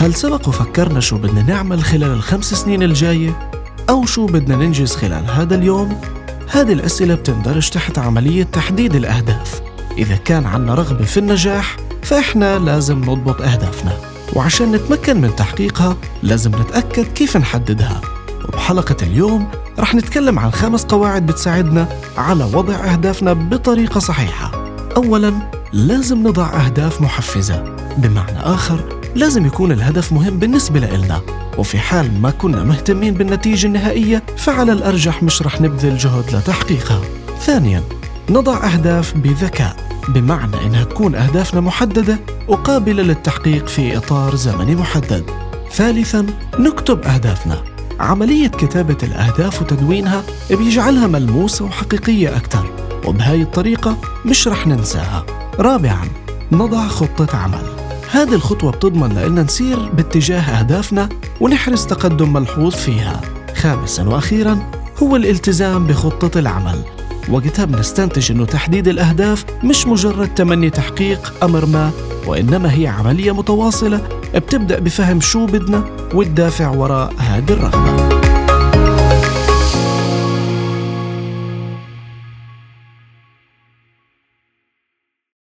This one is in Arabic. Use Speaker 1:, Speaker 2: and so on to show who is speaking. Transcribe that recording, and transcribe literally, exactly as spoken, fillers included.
Speaker 1: هل سبق وفكرنا شو بدنا نعمل خلال الخمس سنين الجاية؟ أو شو بدنا ننجز خلال هذا اليوم؟ هذه الأسئلة بتندرج تحت عملية تحديد الأهداف. إذا كان عنا رغبة في النجاح فإحنا لازم نضبط أهدافنا، وعشان نتمكن من تحقيقها لازم نتأكد كيف نحددها. وبحلقة اليوم رح نتكلم عن خمس قواعد بتساعدنا على وضع أهدافنا بطريقة صحيحة. أولاً، لازم نضع أهداف محفزة، بمعنى آخر لازم يكون الهدف مهم بالنسبة لنا، وفي حال ما كنا مهتمين بالنتيجة النهائية فعلى الأرجح مش رح نبذل جهد لتحقيقها. ثانياً، نضع أهداف بذكاء، بمعنى إنها تكون أهدافنا محددة وقابلة للتحقيق في إطار زمني محدد. ثالثاً، نكتب أهدافنا. عملية كتابة الأهداف وتدوينها بيجعلها ملموسة وحقيقية أكثر، وبهاي الطريقة مش رح ننساها. رابعاً، نضع خطة عمل. هذه الخطوة بتضمن لنا نسير باتجاه أهدافنا ونحرز تقدم ملحوظ فيها. خامساً وأخيراً، هو الالتزام بخطة العمل. وقتها بنستنتج إنه تحديد الأهداف مش مجرد تمني تحقيق أمر ما، وإنما هي عملية متواصلة بتبدأ بفهم شو بدنا والدافع وراء هذه الرغبة.